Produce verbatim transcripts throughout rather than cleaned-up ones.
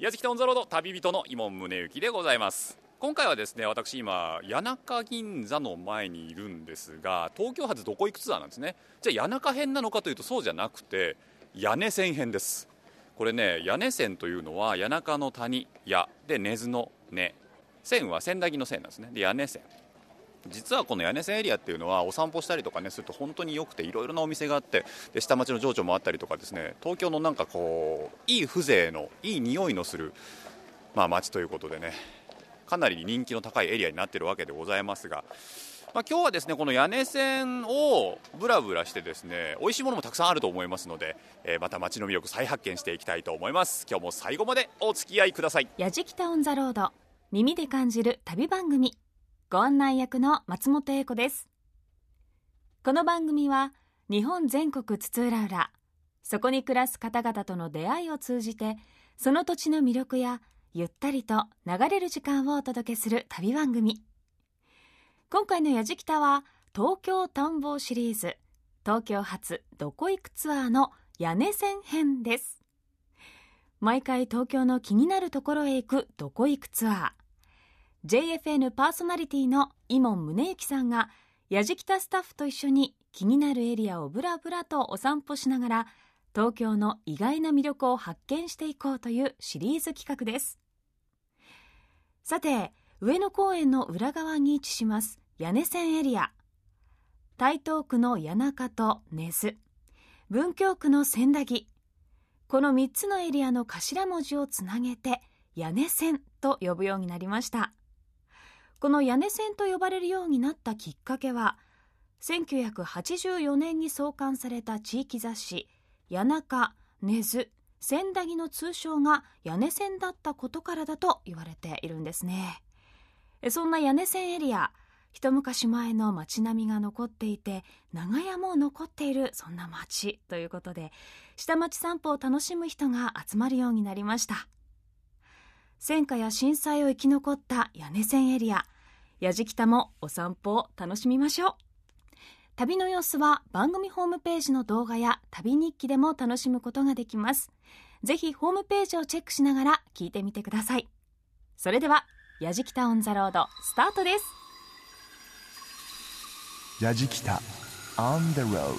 やじきたオンザロード旅人の伊門宗行でございます。今回はですね、私今谷中銀座の前にいるんですが、東京発どこ行くツアーなんですね。じゃあ谷中編なのかというとそうじゃなくて屋根線編です。これね、屋根線というのは谷中の谷、屋で根津の根、線は千駄木の線なんですね。で屋根線、実はこの屋根線エリアっていうのはお散歩したりとかねすると本当に良くて、いろいろなお店があって、で下町の情緒もあったりとかですね、東京のなんかこういい風情のいい匂いのする、まあ、街ということでね、かなり人気の高いエリアになっているわけでございますが、まあ、今日はですねこの屋根線をブラブラしてですね、美味しいものもたくさんあると思いますので、えー、また街の魅力再発見していきたいと思います。今日も最後までお付き合いください。 やじきたオンザロード、耳で感じる旅番組、ご案内役の松本英子です。この番組は日本全国津々浦々、そこに暮らす方々との出会いを通じて、その土地の魅力やゆったりと流れる時間をお届けする旅番組。今回のやじきたは東京探訪シリーズ、東京発どこ行くツアーの屋根線編です。毎回東京の気になるところへ行くどこ行くツアー、ジェイエフエヌ パーソナリティの伊門宗行さんがやじきたスタッフと一緒に気になるエリアをブラブラとお散歩しながら、東京の意外な魅力を発見していこうというシリーズ企画です。さて、上野公園の裏側に位置します屋根線エリア、台東区の谷中と根津、文京区の千駄木、このみっつのエリアの頭文字をつなげて屋根線と呼ぶようになりました。この屋根線と呼ばれるようになったきっかけは、せんきゅうひゃくはちじゅうよねんに創刊された地域雑誌谷中、根津、千駄木の通称が屋根線だったことからだと言われているんですね。そんな屋根線エリア、一昔前の街並みが残っていて、長屋も残っている、そんな街ということで、下町散歩を楽しむ人が集まるようになりました。戦火や震災を生き残った屋根線エリア、やじきたもお散歩を楽しみましょう。旅の様子は番組ホームページの動画や旅日記でも楽しむことができます。ぜひホームページをチェックしながら聞いてみてください。それではやじきたオンザロードスタートです。 やじきた on the road、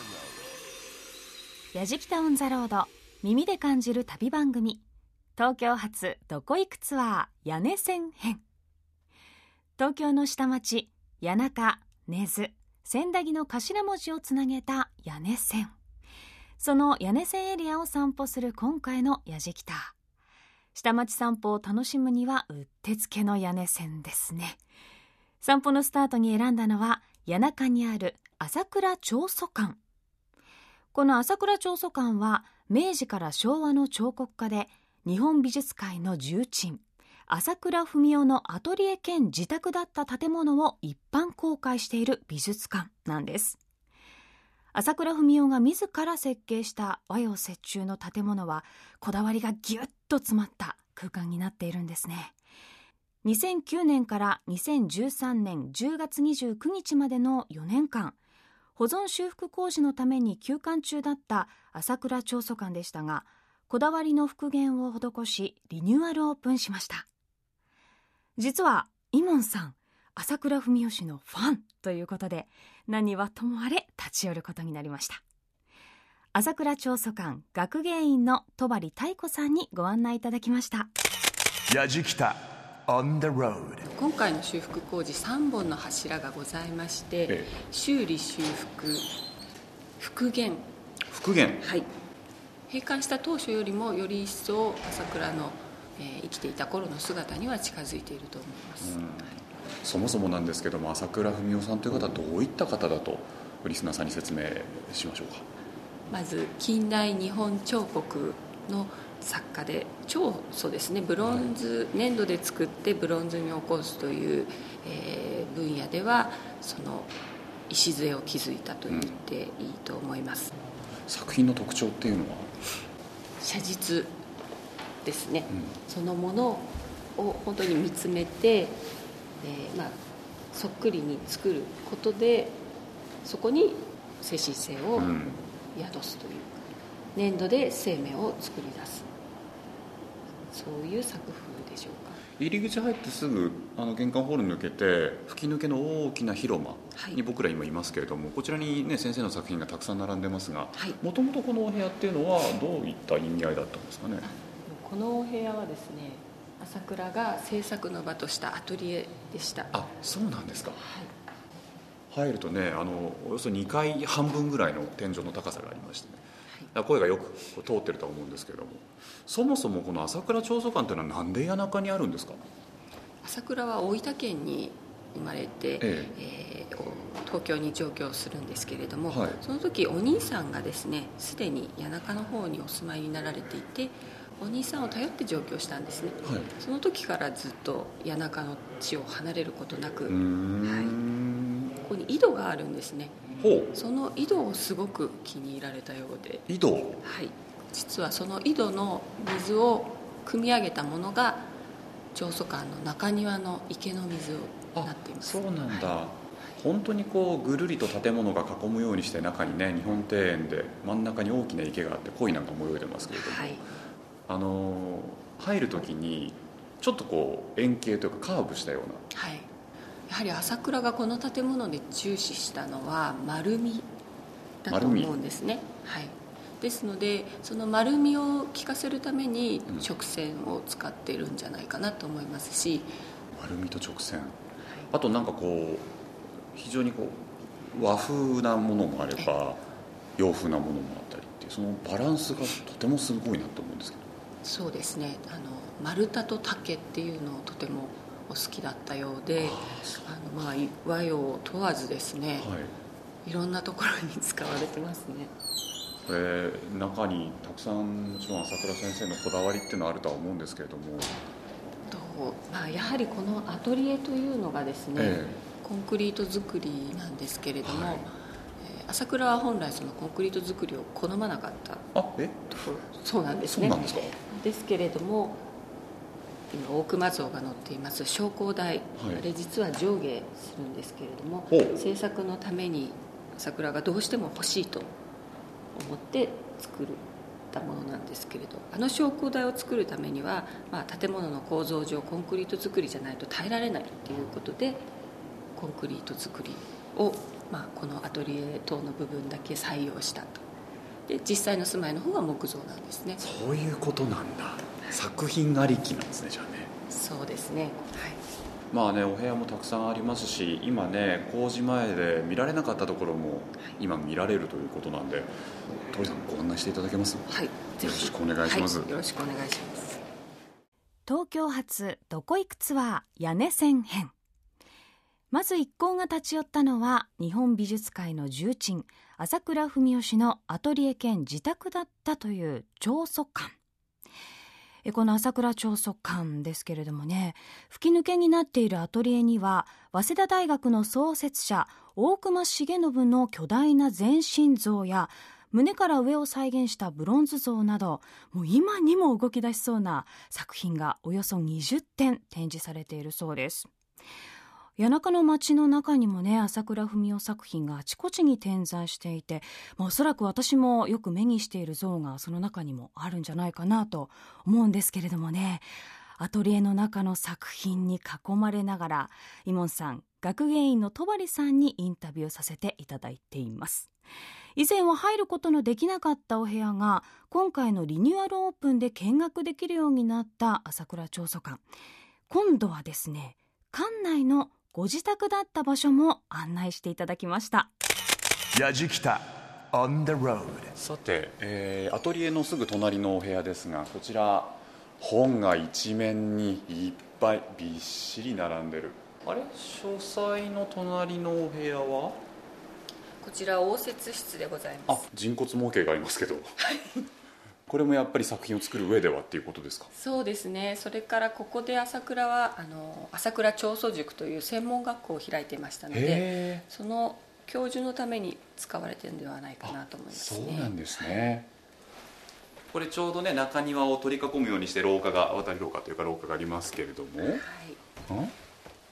やじきたオンザロード、耳で感じる旅番組、東京発どこ行くツアー屋根線編。東京の下町谷中、根津、千駄木の頭文字をつなげた屋根線、その屋根線エリアを散歩する今回のやじきた。下町散歩を楽しむにはうってつけの屋根線ですね。散歩のスタートに選んだのは谷中にある朝倉彫塑館。この朝倉彫塑館は明治から昭和の彫刻家で、日本美術界の重鎮朝倉文夫のアトリエ兼自宅だった建物を一般公開している美術館なんです。朝倉文夫が自ら設計した和洋折衷の建物は、こだわりがぎゅっと詰まった空間になっているんですね。にせんきゅうねんからにせんじゅうさんねんじゅうがつにじゅうくにちまでのよねんかん、保存修復工事のために休館中だった朝倉彫塑館でしたが、こだわりの復元を施しリニューアルオープンしました。実は伊門さん、朝倉文夫氏のファンということで、何はともあれ立ち寄ることになりました。朝倉彫塑館学芸員の戸張太子さんにご案内いただきました。 やじきた on the road。 今回の修復工事さんぼんの柱がございまして、ええ、修理修復復元復元、 はい、閉館した当初よりもより一層朝倉の、えー、生きていた頃の姿には近づいていると思います、うんはい、 そもそもなんですけども、朝倉文夫さんという方はどういった方だとリスナーさんに説明しましょうか。 まず近代日本彫刻の作家で、彫塑ですね、ブロンズ、はい、粘土で作ってブロンズに起こすという、えー、分野ではその礎を築いたと言っていいと思います、 うん、作品の特徴っていうのは写実ですね、うん、そのものを本当に見つめて、えーまあ、そっくりに作ることでそこに精神性を宿すというか、うん、粘土で生命を作り出す、 そういう作風でしょうか。 入り口入ってすぐあの玄関ホール抜けて吹き抜けの大きな広間に僕ら今いますけれども、はい、こちらに、ね、先生の作品がたくさん並んでますが、もともとこのお部屋っていうのはどういった意味合いだったんですかね。 このお部屋はですね、朝倉が制作の場としたアトリエでした。 あ、そうなんですか。はい、入るとね、あのおよそにかいはんぶんぐらいの天井の高さがありましてね、はい、声がよく通ってるとは思うんですけれども、そもそもこの朝倉彫塑館というのはなんで谷中にあるんですか。 朝倉は大分県に生まれて、えええー、東京に上京するんですけれども、はい、その時お兄さんがですね、すでに谷中の方にお住まいになられていて、お兄さんを頼って上京したんですね、はい、その時からずっと谷中の地を離れることなく、うーん、はい、ここに井戸があるんですね。ほう。その井戸をすごく気に入られたようで、 井戸、はい、 実はその井戸の水を汲み上げたものが彫塑館の中庭の池の水をなっています。 そうなんだ、はい、本当にこうぐるりと建物が囲むようにして、中にね、日本庭園で真ん中に大きな池があって鯉なんかも泳いでますけれども、はい、あの入る時にちょっとこう円形というかカーブしたような、 はい、やはり朝倉がこの建物で重視したのは丸みだと思うんですね。はい、ですのでその丸みを効かせるために直線を使っているんじゃないかなと思いますし、 うん、丸みと直線、はい、あとなんかこう非常にこう和風なものもあれば洋風なものもあったりっていう、そのバランスがとてもすごいなと思うんですけど。 そうですね、あの丸太と竹っていうのをとてもお好きだったようで、あのまあ和洋問わずですね、はい、いろんなところに使われてますね。 これ中にたくさんもちろん朝倉先生のこだわりっていうのはあるとは思うんですけれども、 と、まあ、やはりこのアトリエというのがですね、えー、コンクリート作りなんですけれども、はい、えー、朝倉は本来そのコンクリート作りを好まなかったあえところ。そうなんですね。 そうなんですか。 ですけれども、今大隈像が載っています昇降台、はい、あれ実は上下するんですけれども、制作のために朝倉がどうしても欲しいと思って作ったものなんですけれど、あの昇降台を作るためには、まあ、建物の構造上コンクリート作りじゃないと耐えられないということで、コンクリート作りを、まあ、このアトリエ等の部分だけ採用したと。で実際の住まいの方は木造なんですね。 そういうことなんだ。作品ありきなんですね、じゃあね。 そうですね、はい、 まあね、お部屋もたくさんありますし、今ね工事前で見られなかったところも今見られるということなんで、鳥さんご案内していただけます？ はい、 よろしくお願いします、 はい、よろしくお願いします。 東京発どこ行くツアー屋根線編。まず一行が立ち寄ったのは日本美術界の重鎮朝倉文夫氏のアトリエ兼自宅だったという彫塑館。この朝倉彫塑館ですけれどもね、吹き抜けになっているアトリエには早稲田大学の創設者大隈重信の巨大な全身像や胸から上を再現したブロンズ像など、もう今にも動き出しそうな作品がおよそにじゅってん展示されているそうです。谷中の街の中にもね、朝倉文夫作品があちこちに点在していて、まあ、おそらく私もよく目にしている像がその中にもあるんじゃないかなと思うんですけれどもね、アトリエの中の作品に囲まれながら、イモンさん、学芸員の戸張さんにインタビューさせていただいています。以前は入ることのできなかったお部屋が今回のリニューアルオープンで見学できるようになった朝倉彫塑館。今度はですね、館内のご自宅だった場所も案内していただきました。 やじきた on the road。 さて、えー、アトリエのすぐ隣のお部屋ですが、こちら本が一面にいっぱいびっしり並んでる。あれ、書斎の隣のお部屋はこちら応接室でございます。 あ、人骨模型がありますけどこれもやっぱり作品を作る上ではっていうことですか？ そうですね。それからここで朝倉はあの朝倉彫塑塾という専門学校を開いていましたので、その教授のために使われているのではないかなと思いますね。 そうなんですね。これちょうどね、中庭を取り囲むようにして廊下が、渡り廊下というか廊下がありますけれども、はい、ん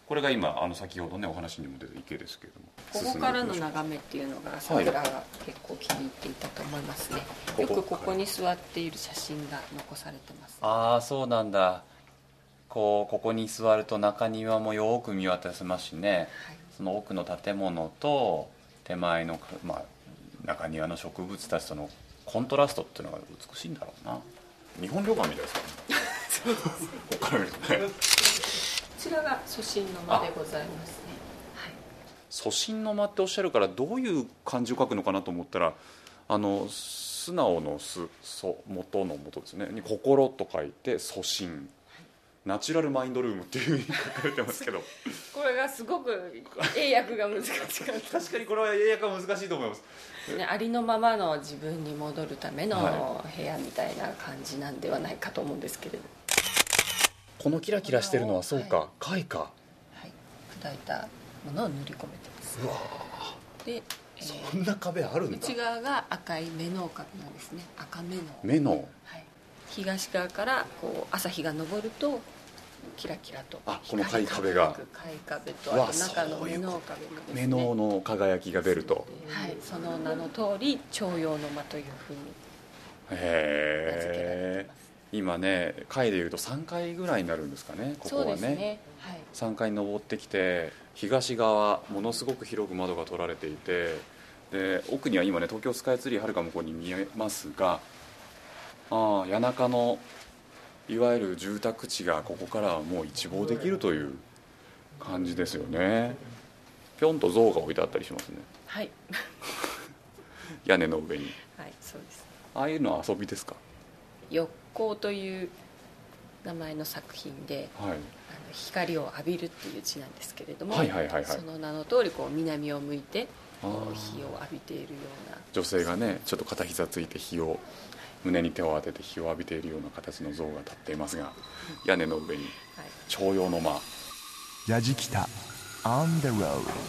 これが今あの先ほどねお話にも出た池ですけれども、 ここからの眺めっていうのが桜が結構気に入っていたと思いますね、はい、よくここに座っている写真が残されてます。 ああそうなんだ。こうここに座ると中庭もよく見渡せますしね、はい、その奥の建物と手前の、まあ、中庭の植物たちとのコントラストっていうのが美しいんだろうな。日本旅館みたいですかねそうですここから見るとねこちらが祖神の間でございますね、はい、 祖神の間っておっしゃるからどういう漢字を書くのかなと思ったら、あの素直の素、そ元の元ですねに心と書いて祖神、はい、ナチュラルマインドルームっていうふうに書かれてますけどこれがすごく英訳が難しかった確かにこれは英訳は難しいと思います、 ね、ありのままの自分に戻るための部屋みたいな感じなんではないかと思うんですけれど、 このキラキラしてるのはそうか、はい、貝か、はい、砕いたものを塗り込めてます。 うわで、 えー、そんな壁あるんだ。 内側が赤い目の壁なんですね。赤目の目の、 はい、東側からこう朝日が昇るとキラキラとあこの貝壁が貝壁とあと中の目の壁がですね、 目のの輝きが出ると、 はい、その名の通り重陽の間というふうに名付けられています。 今ね階でいうとさんかいぐらいになるんですかね、ここは ね, そうですね、はい、 さんがいに登ってきて東側ものすごく広く窓が取られていて、で奥には今ね東京スカイツリーはるか向こうに見えますが、あ谷中のいわゆる住宅地がここからはもう一望できるという感じですよね。ぴょんと像が置いてあったりしますね。 はい屋根の上に。 はいそうです。 ああいうのは遊びですか。 浴光という名前の作品で、はい、あの光を浴びるっていう字なんですけれども、はいはいはいはい、その名の通りこう南を向いてこう日を浴びているような女性がねちょっと片膝ついて日を胸に手を当てて日を浴びているような形の像が立っていますが、屋根の上に重陽の間、 やじきた on the road。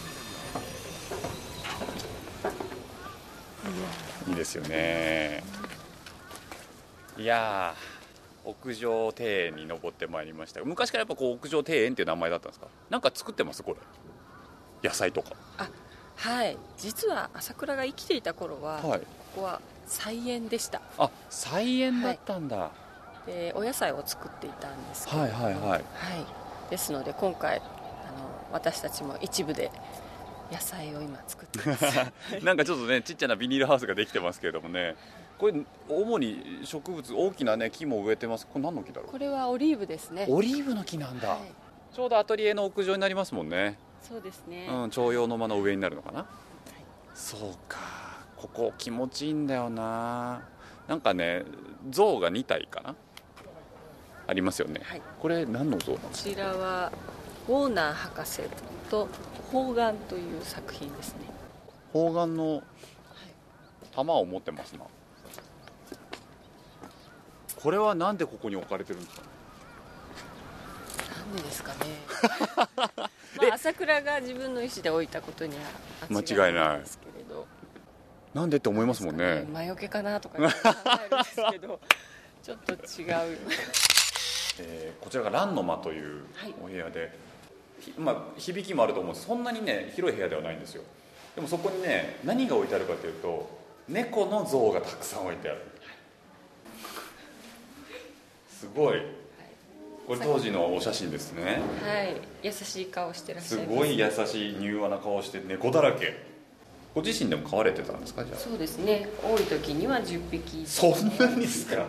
いいですよね。いや屋上庭園に登ってまいりました。昔からやっぱこう屋上庭園っていう名前だったんですか。なんか作ってますこれ、野菜とか。 あはい実は朝倉が生きていた頃は、はい、ここは菜園でした。 あ菜園だったんだ、 はい、でお野菜を作っていたんですけど、 はいはいはい、はい、 ですので今回あの私たちも一部で野菜を今作ってますなんかちょっとねちっちゃなビニールハウスができてますけれどもね、これ主に植物大きなね木も植えてます。これ何の木だろう。 これはオリーブですね。 オリーブの木なんだ、はい、ちょうどアトリエの屋上になりますもんね。 そうですね、 うん、重陽の間の上になるのかな、はい、そうかここ気持ちいいんだよな。なんかね像がにたいかなありますよね、はい、これ何の像なんですか。 こちらはウォーナー博士と砲丸という作品ですね。 砲丸の弾を持ってますな。これはなんでここに置かれてるんですか。 なんでですかねまあ朝倉が自分の意思で置いたことには間違いないですけれど、 なんでって思いますもんね。 魔除けかなとか考えるんですけどちょっと違う、 えー、こちらが蘭の間というお部屋で、はい、まあ、響きもあると思うんです。そんなにね広い部屋ではないんですよ。でもそこにね何が置いてあるかというと猫の像がたくさん置いてある。すごい、はい、これ当時のお写真ですね。 はい、優しい顔してらっしゃいます。 すごい優しい柔和な顔して猫だらけ。ご自身でも飼われてたんですか。じゃあそうですね、多い時にはじゅっぴき。 そんなにですか。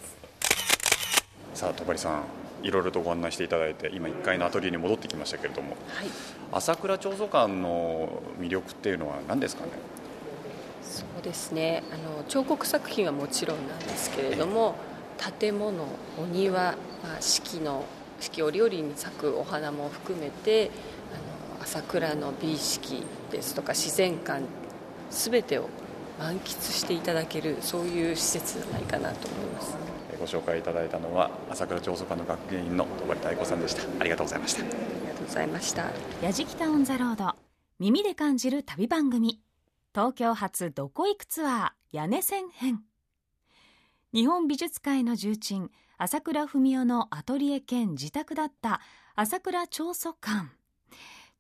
さあ戸張さんいろいろとご案内していただいて今いっかいのアトリエに戻ってきましたけれども、はい、朝倉彫塑館の魅力っていうのは何ですかね。 そうですね、あの彫刻作品はもちろんなんですけれども、建物、お庭、まあ、四季の四季折々に咲くお花も含めてあの朝倉の美意識ですとか自然観全てを満喫していただけるそういう施設じゃないかなと思います。 ご紹介いただいたのは朝倉彫塑館の学芸員の戸張妙子さんでした。ありがとうございました。ありがとうございました。 やじきたオンザロード、耳で感じる旅番組、東京発どこ行くツアー屋根線編。日本美術界の重鎮朝倉文夫のアトリエ兼自宅だった朝倉彫塑館。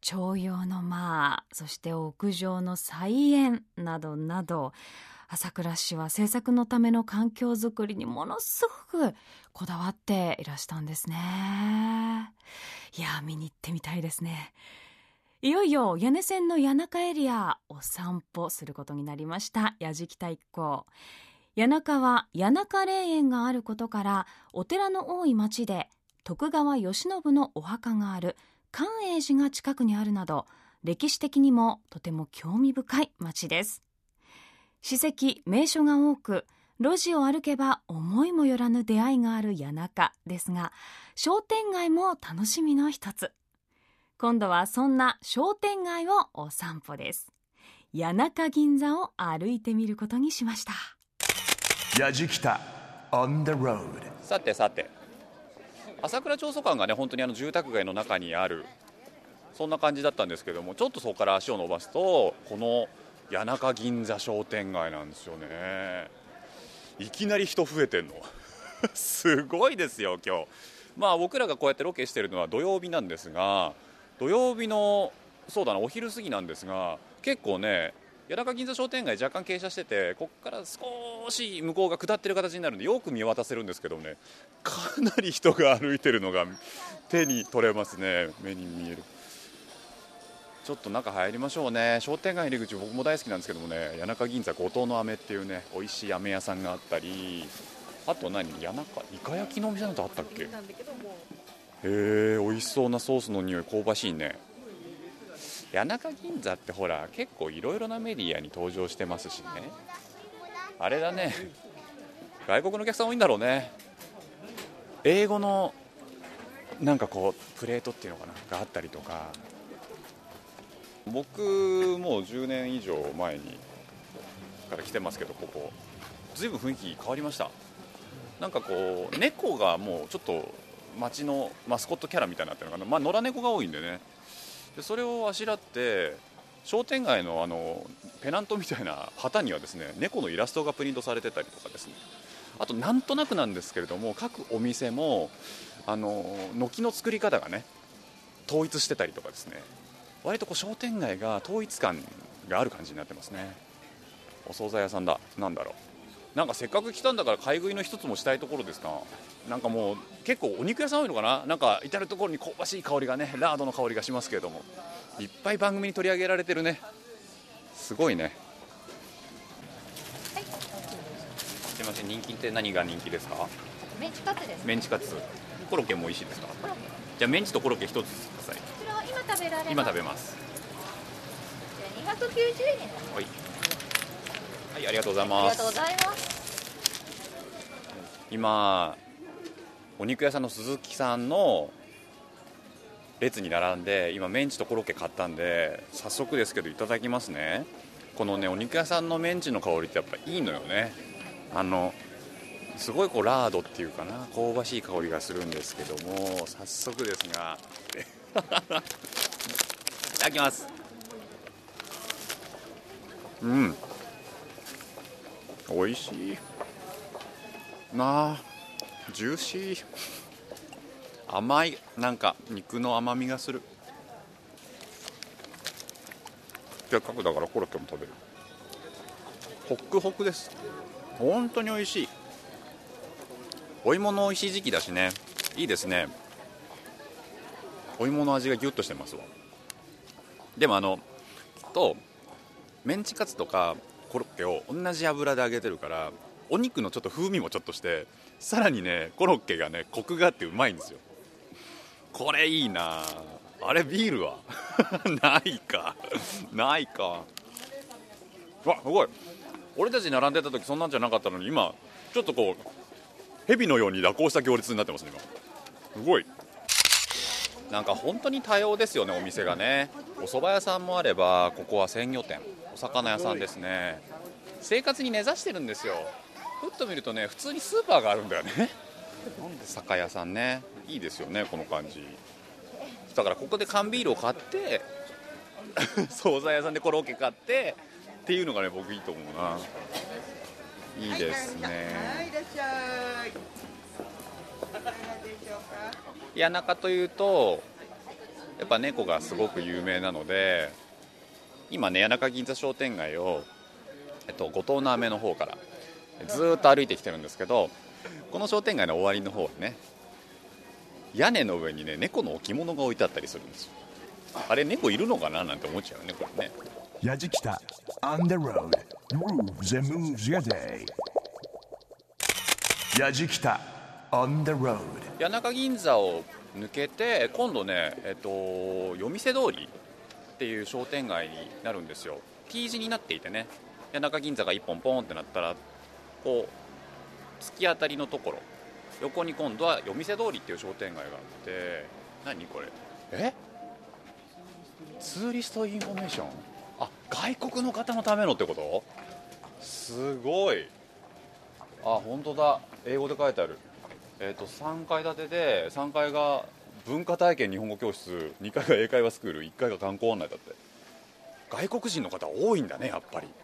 重陽の間、そして屋上の菜園などなど、朝倉市は制作のための環境づくりにものすごくこだわっていらしたんですね。いや、見に行ってみたいですね。いよいよ屋根線の谷中エリアお散歩することになりました。矢敷太一行。谷中は谷中霊園があることからお寺の多い町で、徳川慶喜のお墓がある寛永寺が近くにあるなど、歴史的にもとても興味深い町です。史跡名所が多く、路地を歩けば思いもよらぬ出会いがある谷中ですが、商店街も楽しみの一つ。今度はそんな商店街をお散歩です。谷中銀座を歩いてみることにしました。 やじきた on the road。 さてさて、朝倉調査館がね、本当にあの住宅街の中にある、そんな感じだったんですけども、ちょっとそこから足を伸ばすとこの谷中銀座商店街なんですよね。いきなり人増えてんのすごいですよ今日。まあ僕らがこうやってロケしてるのは土曜日なんですが、土曜日のそうだなお昼過ぎなんですが、結構ね谷中銀座商店街若干傾斜してて、ここから少し向こうが下ってる形になるんでよく見渡せるんですけどね、かなり人が歩いてるのが手に取れますね。目に見える。ちょっと中入りましょうね。商店街入り口僕も大好きなんですけどもね、谷中銀座後藤の飴っていうね美味しい飴屋さんがあったり、あと何谷中イカ焼きのお店なんてあったっけ。へえ、美味しそうなソースの匂い香ばしいね。谷中銀座ってほら結構いろいろなメディアに登場してますしね。あれだね、外国のお客さん多いんだろうね。英語のなんかこうプレートっていうのかながあったりとか。僕もうじゅうねん以上前にから来てますけど、ここずいぶん雰囲気変わりました。なんかこう猫がもうちょっと街のマスコットキャラみたいになってるのかな、まあ、野良猫が多いんでね。でそれをあしらって商店街のあのペナントみたいな旗にはですね、猫のイラストがプリントされてたりとかですね、あとなんとなくなんですけれども各お店もあの軒の作り方がね統一してたりとかですね、割とこう商店街が統一感がある感じになってますね。お惣菜屋さんだ。なんだろう、なんかせっかく来たんだから買い食いの一つもしたいところですか。なんかもう結構お肉屋さん多いのかな。なんか至る所に香ばしい香りがね、ラードの香りがしますけれども、いっぱい番組に取り上げられてるね。すごいね。 はい、 すいません、人気って何が人気ですか。 メンチカツです。 メンチカツ。コロッケも美味しいですか。 コロッケ、 じゃあメンチとコロッケ一つください。 こちらは今食べられます。 今食べます。 にひゃくきゅうじゅうえんです。 はい、はい、ありがとうございます。 ありがとうございます。 今お肉屋さんの鈴木さんの列に並んで、今メンチとコロッケ買ったんで早速ですけどいただきますね。このねお肉屋さんのメンチの香りってやっぱいいのよね。あのすごいこうラードっていうかな、香ばしい香りがするんですけども、早速ですがいただきます。うん、美味しいなあ、ジューシー、甘い、なんか肉の甘みがする。せっかくだからコロッケも食べる。ホックホクです。本当に美味しい。お芋の美味しい時期だしね、いいですね。お芋の味がギュッとしてますわ。でもあのきっとメンチカツとかコロッケを同じ油で揚げてるから、お肉のちょっと風味もちょっとして、さらにねコロッケがねコクがあってうまいんですよ。これいいな。あれビールはないかないか。わ、すごい。俺たち並んでた時そんなんじゃなかったのに、今ちょっとこう蛇のように蛇行した行列になってますね。今すごい。なんか本当に多様ですよね、お店がね。お蕎麦屋さんもあれば、ここは鮮魚店、お魚屋さんですね。生活に根ざしてるんですよ。ふっと見るとね、普通にスーパーがあるんだよね。なんで酒屋さんね、いいですよねこの感じ。だからここで缶ビールを買って惣菜屋さんでコロッケ買ってっていうのがね、僕いいと思うな。いいですね。 はい、いらっしゃい。谷中でしょうか。 谷中というとやっぱ猫がすごく有名なので、今ね谷中銀座商店街を、えっと、五島の飴の方からずーっと歩いてきてるんですけど、この商店街の終わりの方ね、屋根の上にね猫の置物が置いてあったりするんですよ。あれ猫いるのかななんて思っちゃうねこれね。 やじきた on the road grooves and moves your day。 やじきた on the road。 谷中銀座を抜けて今度ね、えっと、夜店通りっていう商店街になるんですよ。 T 字になっていてね、谷中銀座が一本ポンってなったらこう突き当たりのところ横に今度は夜店通りっていう商店街があって、何これえツーリストインフォメーション、あ外国の方のためのってこと？すごい。あ本当だ、英語で書いてある。えーとさんかい建てでさんがいが文化体験日本語教室、にかいが英会話スクール、いっかいが観光案内だって。外国人の方多いんだねやっぱり。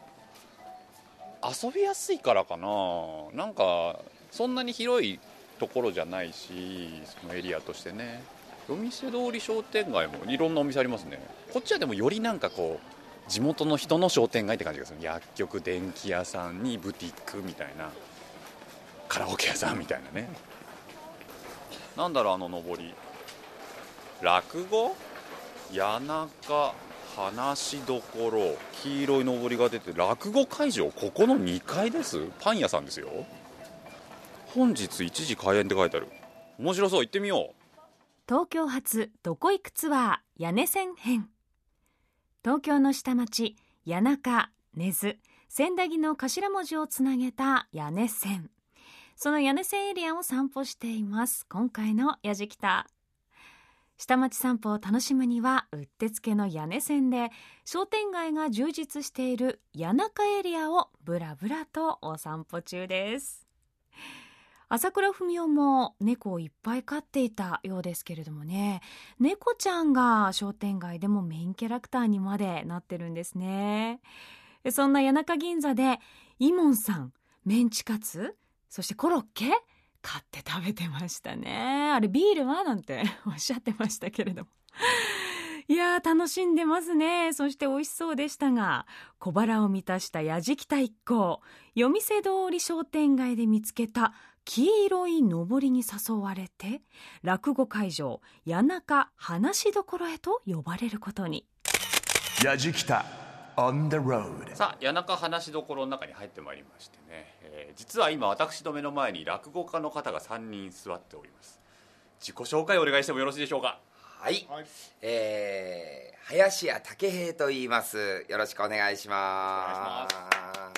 遊びやすいからかな、なんかそんなに広いところじゃないし、そのエリアとしてね。夜店通り商店街もいろんなお店ありますね。こっちはでもよりなんかこう地元の人の商店街って感じがする。薬局、電気屋さんにブティックみたいな、カラオケ屋さんみたいなね。なんだろうあの上り、落語、谷中話しどころ、黄色い上りが出て、落語会場ここのにかいです。パン屋さんですよ。本日いちじ開演って書いてある。面白そう、行ってみよう。 東京発どこ行くツアー屋根線編。東京の下町谷中、根津、千駄木の頭文字をつなげた屋根線。その屋根線エリアを散歩しています。今回のやじきた下町散歩を楽しむにはうってつけの屋根線で商店街が充実している谷中エリアをブラブラとお散歩中です。朝倉文夫も猫をいっぱい飼っていたようですけれどもね、猫ちゃんが商店街でもメインキャラクターにまでなってるんですね。そんな谷中銀座でイモンさん、メンチカツ、そしてコロッケ買って食べてましたね。あれビールはなんておっしゃってましたけれどもいやー楽しんでますね。そして美味しそうでしたが、小腹を満たしたやじきた一行、夜店通り商店街で見つけた黄色い上りに誘われて落語会場谷中話しどころへと呼ばれることに。 やじきた on the road。 さあ谷中話しどころの中に入ってまいりましてね、えー、実は今私の目の前に落語家の方がさんにん座っております。自己紹介をお願いしてもよろしいでしょうか。 はい、はい、えー、林家武平と言います。よろしくお願いします。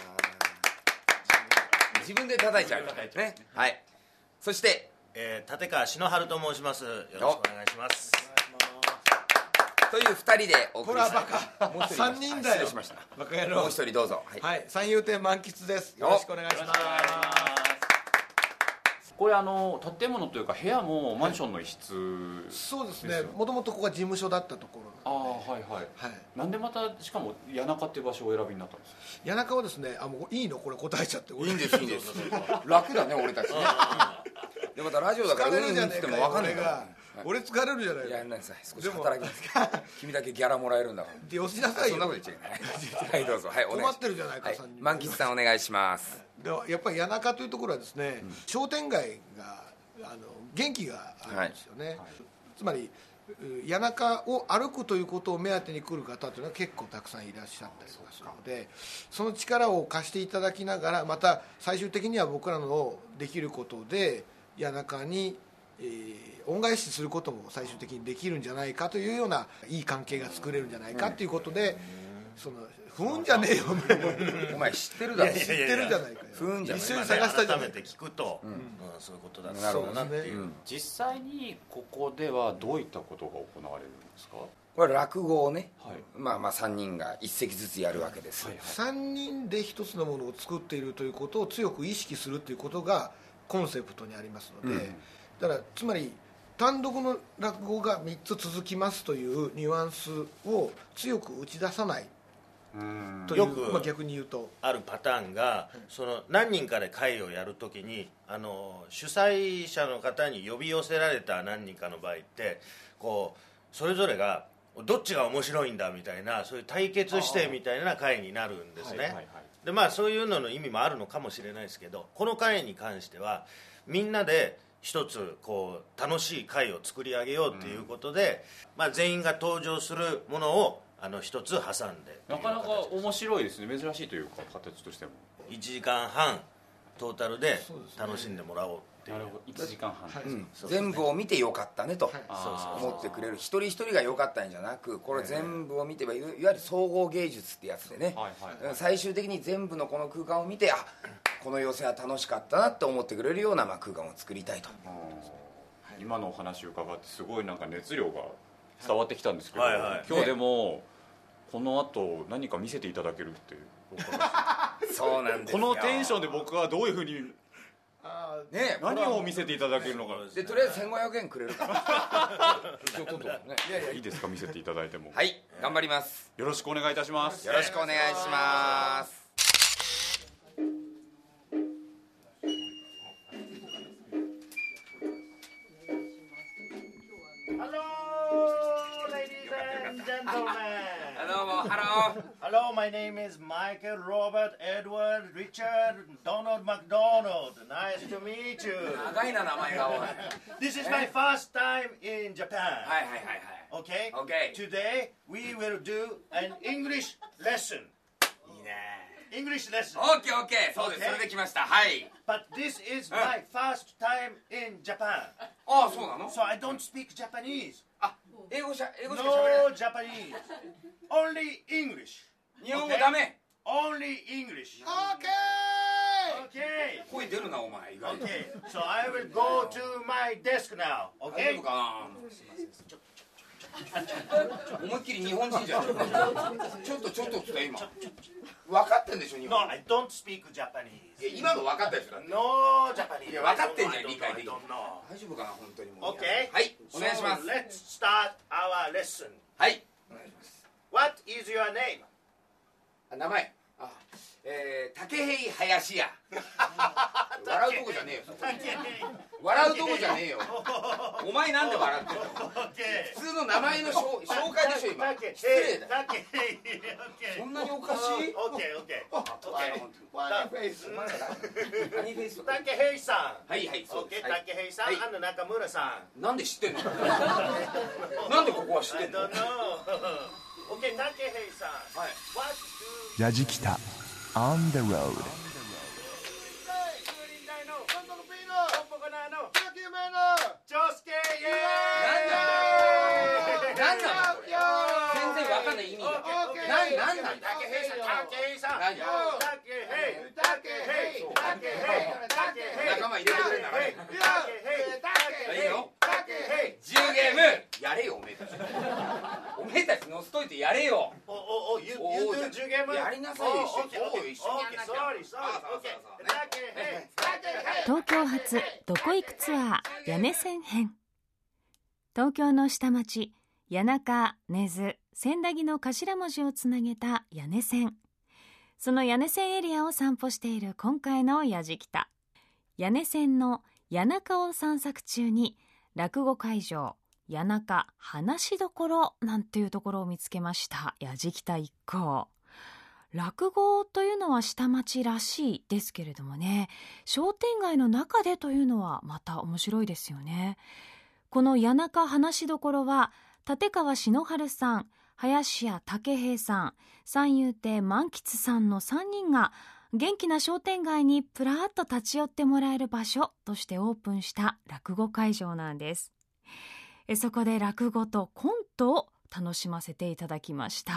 自分で叩いちゃうからね。はい。そして、 えー、立川篠春と申します。よろしくお願いします。 という二人でお送りします。 これはバカ。もう三人だよ。 失礼しました。 バカ野郎。 もう一人どうぞ。 はい。はい、三遊亭満喫です。よろしくお願いします。 これあの建物というか部屋もマンションの一室、 はい、そうですね。もともとここが事務所だったところなので。 ああはいはい。 はい。なんでまたしかも谷中っていう場所をお選びになったんですか。 谷中はですね、あもういいのこれ答えちゃって。 いいんですいいんです。楽だね俺たちね。でまたラジオだからうんうんっても分かんないから。 俺疲れるじゃないか。 やんないさい。少し働きますから。君だけギャラもらえるんだから。 よしなさいよ。 そんなこと言っちゃいけない。はいどうぞ。はいお願いします。 困ってるじゃないか。 満喫さんお願いします。 ではやっぱり谷中というところはですね、商店街があの元気があるんですよね。つまり谷中を歩くということを目当てに来る方というのは結構たくさんいらっしゃったりとかするので、その力を貸していただきながら、また最終的には僕らのできることで谷中に、えー、恩返しすることも最終的にできるんじゃないかというようないい関係が作れるんじゃないかということで、そのふうんじゃねえよお前知ってるだろ。 知ってるじゃないかよ。 ふうんじゃない。 一緒に探したじゃない。 改めて聞くと、うんうん、そういうことだなるほどなっていう、 うん、実際にここではどういったことが行われるんですか。 これ落語をね、 はい、 まあまあさんにんが一席ずつやるわけです、 はいはい、さんにんで一つのものを作っているということを強く意識するということがコンセプトにありますので、うん、だからつまり単独の落語がみっつ続きますというニュアンスを強く打ち出さないという、 よく、 まあ、逆に言うとあるパターンが、その何人かで会をやるときにあの主催者の方に呼び寄せられた何人かの場合ってこうそれぞれがどっちが面白いんだみたいな、そういう対決してみたいな回になるんですね、はいはいはい、でまあそういうのの意味もあるのかもしれないですけど、この回に関してはみんなで一つこう楽しい回を作り上げようっていうことで、うんまあ、全員が登場するものをあの一つ挟んで、 なかなか面白いですね。珍しいというか形としてもいちじかんはんトータルで楽しんでもらおうっていう、 なるほどいちじかんはん、はいうん全部を見てよかったねと思ってくれる、一人一人がよかったんじゃなく、これ全部を見てばいわゆる総合芸術ってやつでね、はいはいはい、最終的に全部のこの空間を見て、あこの寄せは楽しかったなって思ってくれるようなまあ空間を作りたいと。 今のお話を伺ってすごいなんか熱量が伝わってきたんですけど、はいはい、今日でも、ね、この後何か見せていただけるってそうなんですよ。 このテンションで僕はどういうふうにね、何を見せていただけるのかで、とりあえずせんごひゃくえんくれるからちょっと、ね、 いやいやいいですか、見せていただいても。 はい、頑張ります。 よろしくお願いいたします。 よろしくお願いします。 Hello, my name is Michael, Robert, Edward, Richard, Donald McDonald. Nice to meet you. 長いな名前が。 This is my first time in Japan. はいはいはいはい。 Okay? Okay. Today we will do an English lesson. いいね。 English lesson. Okay, okay. そうです。それで来ました。はい。 But this is my first time in Japan. ああ、そうなの？ So I don't speak Japanese. あ、英語しゃ英語しか喋れない。 No Japanese. Only English. 日本語ダメ。 Only English. Okay. Okay. 声出るなお前。意外と。 Okay. So I will go to my desk now. 大 Okay. 丈夫かな。思いっきり日本人じゃん。ちょっとちょっとって今。分かってんでしょ日本語。 No, I don't speak Japanese. いや今の分かったでしょ。 No Japanese. いや分かってんじゃん理解できる。 I don't know. 大丈夫かな本当にもう。 Okay. はいお願いします。 So let's start our lesson. はいお願いします。 What is your name? 名前。あ、えー、竹平林家。笑うとこじゃねえよ。笑うとこじゃねえよ。お前なんで笑ってんの？ Okay. 普通の名前の紹紹介でしょ今。失礼だ。 Okay. そんなにおかしい？ Okay, okay. あ、ワニフェイス。ワニフェイス。 竹平さん。 はいはいそうです。 Okay, 竹平さん and 中村さん。 なんで知ってんの？なんでここは知ってんの？ I don't know. Okay, 竹平さん。はい。What do やじきた On the road。 なんなの？全然わかんない意味が。なんなんなん？ 竹平さん。竹平さん。 何？ 竹平。竹平。竹平。 仲間入れてくれんならね。 竹平。 いいよ。 竹平。 ジューゲームやれよおめえたち。おめえたち乗せといてやれよ。 おおお、you you do ジューゲーム。 やりなさいよ一緒に。一緒にやんなきゃ。 Sorry, sorry. Okay. 竹平。 東京発どこ行くツアー屋根線編。東京の下町谷中、根津、千駄木の頭文字をつなげた屋根線。その屋根線エリアを散歩している今回のやじきた。屋根線の谷中を散策中に落語会場谷中話しどころなんていうところを見つけましたやじきた一行。落語というのは下町らしいですけれどもね、商店街の中でというのはまた面白いですよね。この谷中話しどころは立川篠春さん、林家武平さん、三遊亭満吉さんのさんにんが元気な商店街にプラーッと立ち寄ってもらえる場所としてオープンした落語会場なんです。えそこで落語とコントを楽しませていただきました。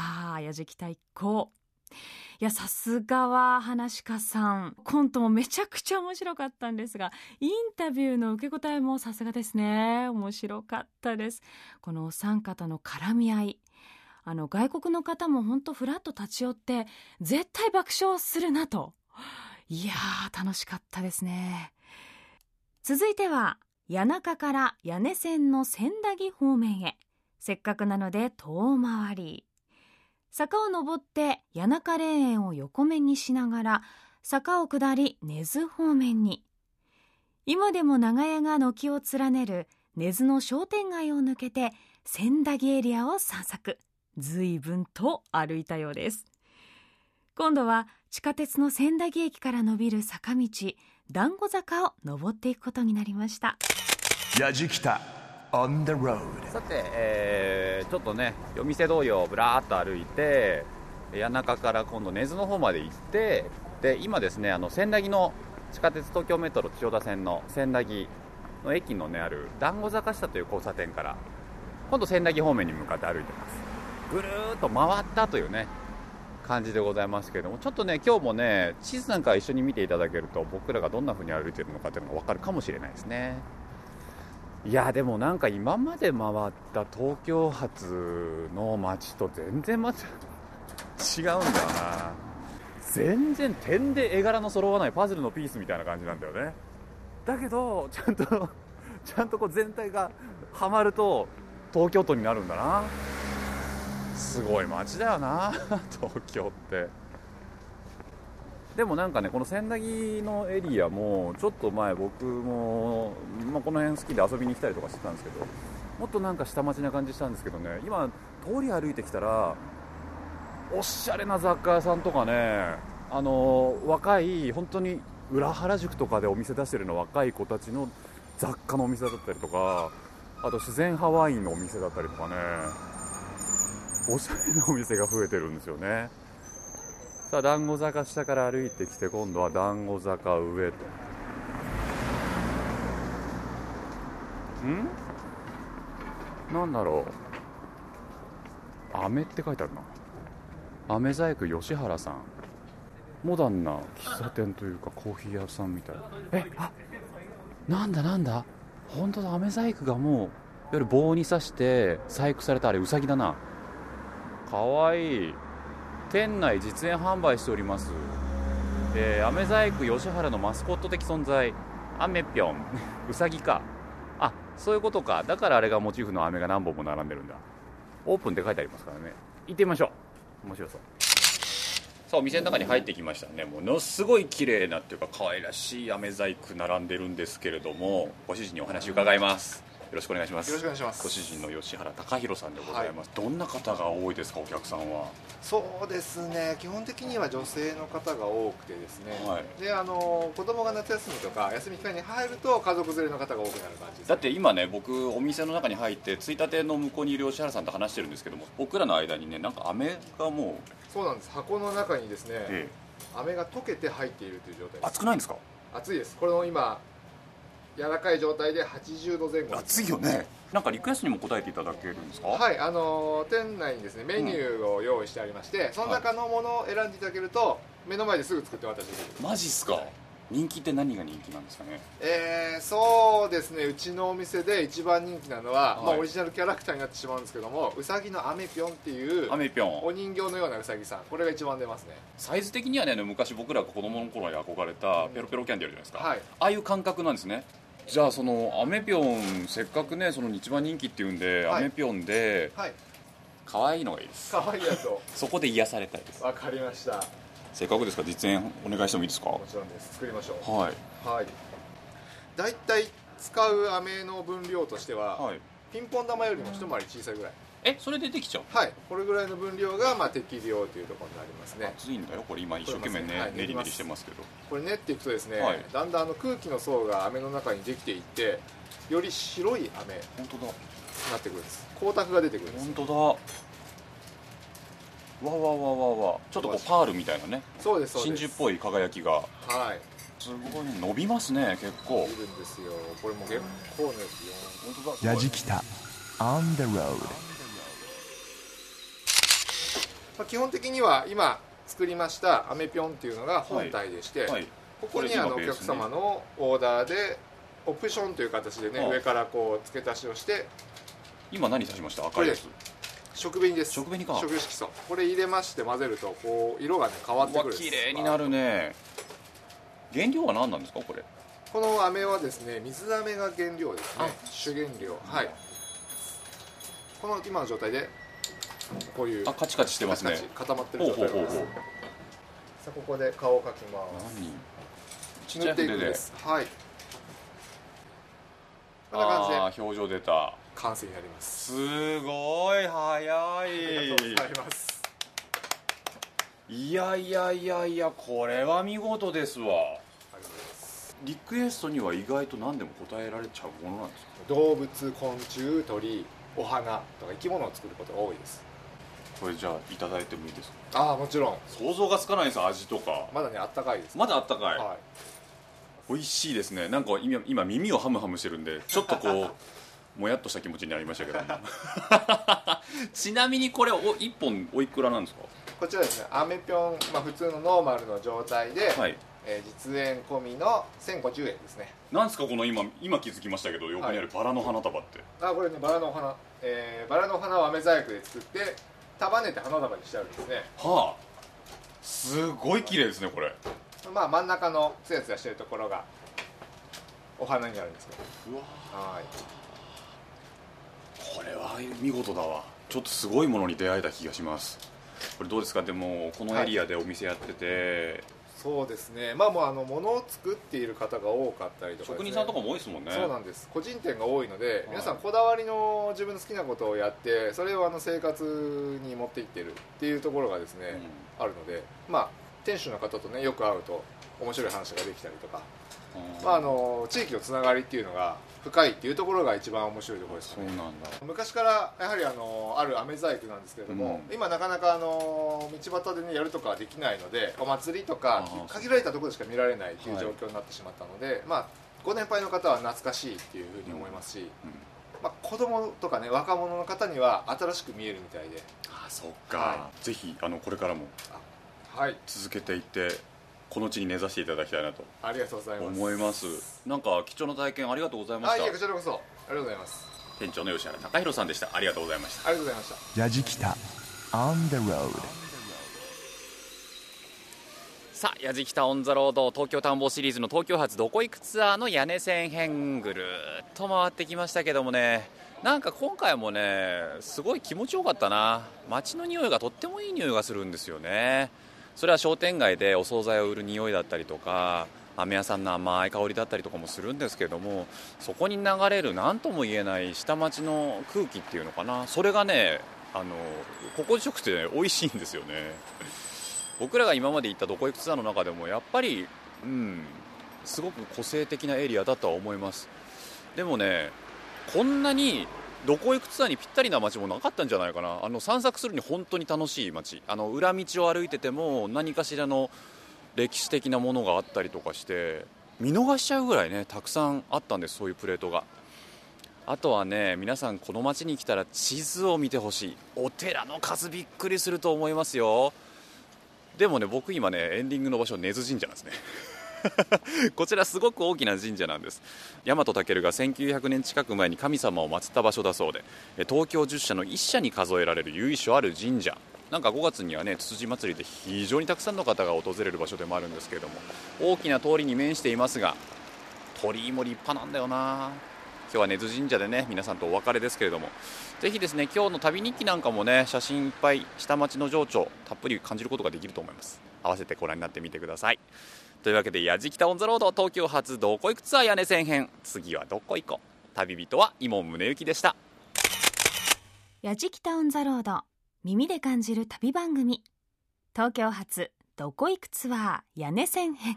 やじきた一行。いやさすがは噺家さん、コントもめちゃくちゃ面白かったんですが、インタビューの受け答えもさすがですね。面白かったです。このお三方の絡み合い、あの外国の方も本当フラッと立ち寄って絶対爆笑するなと、いやー楽しかったですね。続いては谷中から屋根線の千駄木方面へ、せっかくなので遠回り。坂を登って谷中霊園を横目にしながら坂を下り根津方面に、今でも長屋が軒を連ねる根津の商店街を抜けて千駄木エリアを散策。随分と歩いたようです。今度は地下鉄の千駄木駅から伸びる坂道、団子坂を登っていくことになりました。 やじきた on the road。 さて、えー、ちょっとね夜店通りをぶらーっと歩いて谷中から今度根津の方まで行って、で今ですねあの千駄木の地下鉄東京メトロ千代田線の千駄木の駅のねある団子坂下という交差点から今度千駄木方面に向かって歩いてます。ぐるーっと回ったというね感じでございますけれども、ちょっとね今日もね地図なんか一緒に見ていただけると僕らがどんな風に歩いてるのかというのが分かるかもしれないですね。いやでもなんか今まで回った東京発の街と全然また違うんだよな。全然点で絵柄の揃わないパズルのピースみたいな感じなんだよね。だけどちゃんとちゃんとこう全体がはまると東京都になるんだな。すごい街だよな東京って。でもなんかねこの千駄木のエリアもちょっと前僕も、まあ、この辺好きで遊びに来たりとかしてたんですけど、もっとなんか下町な感じしたんですけどね、今通り歩いてきたらおしゃれな雑貨屋さんとかね、あの若い本当に裏原宿とかでお店出してるの若い子たちの雑貨のお店だったりとか、あと自然派ワインのお店だったりとかね、おしゃれなお店が増えてるんですよね。さあ団子坂下から歩いてきて今度は団子坂上と。んなんだろう、飴って書いてあるな。飴細工吉原さん、モダンな喫茶店というかコーヒー屋さんみたいな。えあなんだなんだ本当だ、飴細工がもういわゆる棒に刺して細工されたあれウサギだな。かわいい。店内実演販売しております。えー、飴細工吉原のマスコット的存在アメぴょんウサギか。あそういうことか。だからあれがモチーフの飴が何本も並んでるんだ。オープンって書いてありますからね。行ってみましょう。面白そう。さあお店の中に入ってきましたね。ものすごい綺麗なっていうか可愛らしい飴細工並んでるんですけれども、ご主人にお話伺います。よろしくお願いします。 よろしくお願いします。 ご主人の吉原隆弘さんでございます、はい、どんな方が多いですか、お客さんは。 そうですね、基本的には女性の方が多くてですね、 はい、 であの子供が夏休みとか休み期間に入ると家族連れの方が多くなる感じです、ね、 だって今ね僕お店の中に入ってついたての向こうにいる吉原さんと話してるんですけども、僕らの間にねなんか飴がもうそうなんです、箱の中にですね、 ええ、飴が溶けて入っているという状態です。 熱くないんですか。 熱いです。これの今柔らかい状態ではちじゅうどぜん後。 熱いよね。なんかリクエストにも答えていただけるんですか。 はい、あの店内にですねメニューを用意してありまして、うん、その中のものを選んでいただけると目の前ですぐ作って渡してくれる。 マジっすか、はい、人気って何が人気なんですかね。 えー、そうですね、うちのお店で一番人気なのは、はい、まあ、オリジナルキャラクターになってしまうんですけども、うさぎのアメぴょんっていうアメぴょんお人形のようなうさぎさん、これが一番出ますね。 サイズ的にはね昔僕らが子供の頃に憧れたペロペロキャンディあるじゃないですか、はい、ああいう感覚なんですね。じゃあそのアメぴょん、せっかくねその一番人気っていうんで、はい、アメぴょんで、はい、可愛いのがいいです。 可愛いやつをそこで癒されたいです。 わかりました。 せっかくですから実演お願いしてもいいですか。 もちろんです、作りましょう。 はい、 はい、だいたい使う飴の分量としては、はい、ピンポン玉よりも一回り小さいぐらい。 えそれでできちゃう。 はい、これぐらいの分量がまあ適量というところになりますね。 熱いんだよこれ今一生懸命ね、はい、練り練りしてますけど、 これ練っていくとですね、はい、だんだんあの空気の層が飴の中にできていってより白い飴本当だなってくるんです。光沢が出てくるんです。 本当だ。わわわわわ、ちょっとこうパールみたいなね。 そうですそうです。 真珠っぽい輝きが。 はい。 すごいね、伸びますね結構。 伸びるんですよ。これも結構のやつよ。 本当だ。やじきた on the road。 基本的には今作りましたアメぴょんっていうのが本体でして、はいはい、ここにあのお客様のオーダーでオプションという形でね、上からこう付け足しをして。 今何足しました。赤いやつ。 食紅です。 食紅か。 食色素。これ入れまして混ぜるとこう色がね変わってくるんです。 綺麗になるね。原料は何なんですかこれ。 この飴はですね水飴が原料ですね。主原料。はい。この今の状態でこういうあカチカチしてますね。 カチカチ固まってる状態です。ほうほうほうほう。さあここで顔を描きます。 何？ 塗っていくんです。はい。 こんな感じであ表情出た、 完成になります。 すごい早い。 ありがとうございます。 いやいやいやいや、これは見事ですわ。リクエストには意外と何でも答えられちゃうものなんですか？ 動物、昆虫、鳥、お花とか生き物を作ることが多いです。 これじゃあいただいてもいいですか？ ああ、もちろん。 想像がつかないです、味とか。 まだね、あったかいです。 まだあったかい、 はい、 美味しいですね。なんか今、今耳をハムハムしてるんでちょっとこうもやっとした気持ちになりましたけどちなみにこれおいっぽんおいくらなんですか？ こちらですね、アメピョン、まあ、普通のノーマルの状態で、はい、えー、実演込みのせんごじゅうえんですね。 なんですかこの 今, 今気づきましたけど横にあるバラの花束って、 はい、あこれねバラの花、えー、バラの花を飴細工で作って束ねて花束にしてあるんですね。 はあ、すごい綺麗ですねこれ。 まあ真ん中のツヤツヤしてるところがお花になるんですけど、うわはい、 これは見事だわ。ちょっとすごいものに出会えた気がします。これどうですか？でもこのエリアでお店やってて、はい、 そうですね、まあもうあの物を作っている方が多かったりとか、ね、 職人さんとかも多いですもんね。 そうなんです。個人店が多いので、はい、皆さんこだわりの自分の好きなことをやってそれをあの生活に持っていってるっていうところがですね、うん、あるので、まあ店主の方とねよく会うと面白い話ができたりとか、うん、まああの地域のつながりっていうのが深いっていうところが一番面白いところですね。 そうなんだ。 昔からやはりあのある飴細工なんですけれども、うん、今なかなかあの道端でねやるとかはできないので、お祭りとか限られたところでしか見られないっていう状況になってしまったので、はい、まあご年配の方は懐かしいっていうふうに思いますし、うんうん、まあ、子供とかね若者の方には新しく見えるみたいで、 ああそっか、はい、ぜひあのこれからも続けていってこの地に根ざしていただきたいなとありがとうございます思います。なんか貴重な体験ありがとうございました。 あ、いえこちらこそありがとうございます。 店長の吉原貴弘さんでした。ありがとうございました。 ありがとうございました。 やじきた On the road。 さあやじきたオンザロード東京探訪シリーズの東京発どこ行くツアーの屋根線編ぐるっと回ってきましたけどもね、なんか今回もねすごい気持ちよかったな。街の匂いがとってもいい匂いがするんですよね。それは商店街でお惣菜を売る匂いだったりとか飴屋さんの甘い香りだったりとかもするんですけども、そこに流れる何とも言えない下町の空気っていうのかな、それがねあの心地よくて、ね、美味しいんですよね。僕らが今まで行ったどこ行くツアーの中でもやっぱり、うん、すごく個性的なエリアだとは思います。でもねこんなにどこ行くツアーにぴったりな街もなかったんじゃないかな。あの散策するに本当に楽しい街、あの裏道を歩いてても何かしらの歴史的なものがあったりとかして見逃しちゃうぐらいねたくさんあったんです、そういうプレートが。あとはね皆さんこの街に来たら地図を見てほしい。お寺の数びっくりすると思いますよ。でもね僕今ねエンディングの場所根津神社なんですねこちらすごく大きな神社なんです。大和武がせんきゅうひゃくねん近く前に神様を祀った場所だそうで、東京十社の一社に数えられる由緒ある神社。なんかごがつにはねつつじ祭りで非常にたくさんの方が訪れる場所でもあるんですけれども、大きな通りに面していますが鳥居も立派なんだよな。今日は根津神社でね皆さんとお別れですけれども、ぜひですね今日の旅日記なんかもね写真いっぱい下町の情緒たっぷり感じることができると思います。合わせてご覧になってみてください。というわけでやじきたオンザロード東京発どこ行くツアー屋根線編、次はどこ行こう。旅人は伊門宗行でした。 やじきたオンザロード耳で感じる旅番組、東京発どこ行くツアー屋根線編。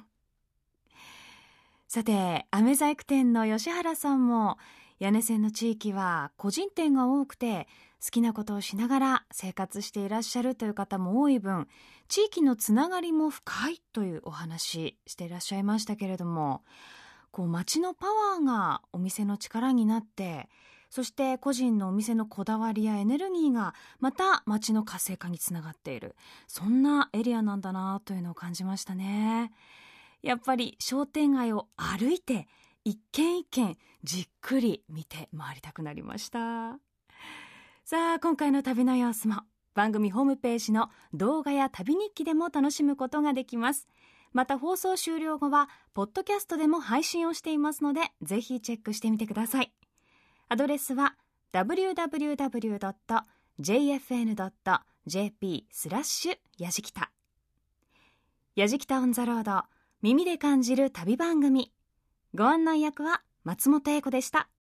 さて飴細工店の吉原さんも屋根線の地域は個人店が多くて好きなことをしながら生活していらっしゃるという方も多い分、地域のつながりも深いというお話していらっしゃいましたけれども、こう街のパワーがお店の力になって、そして個人のお店のこだわりやエネルギーがまた街の活性化につながっている、そんなエリアなんだなというのを感じましたね。やっぱり商店街を歩いて一軒一軒じっくり見て回りたくなりました。さあ今回の旅の様子も番組ホームページの動画や旅日記でも楽しむことができます。また放送終了後はポッドキャストでも配信をしていますのでぜひチェックしてみてください。アドレスは ダブリューダブリューダブリュードットジェイエフエヌドットジェーピースラッシュやじきた。やじきたオンザロード耳で感じる旅番組、ご案内役は松本英子でした。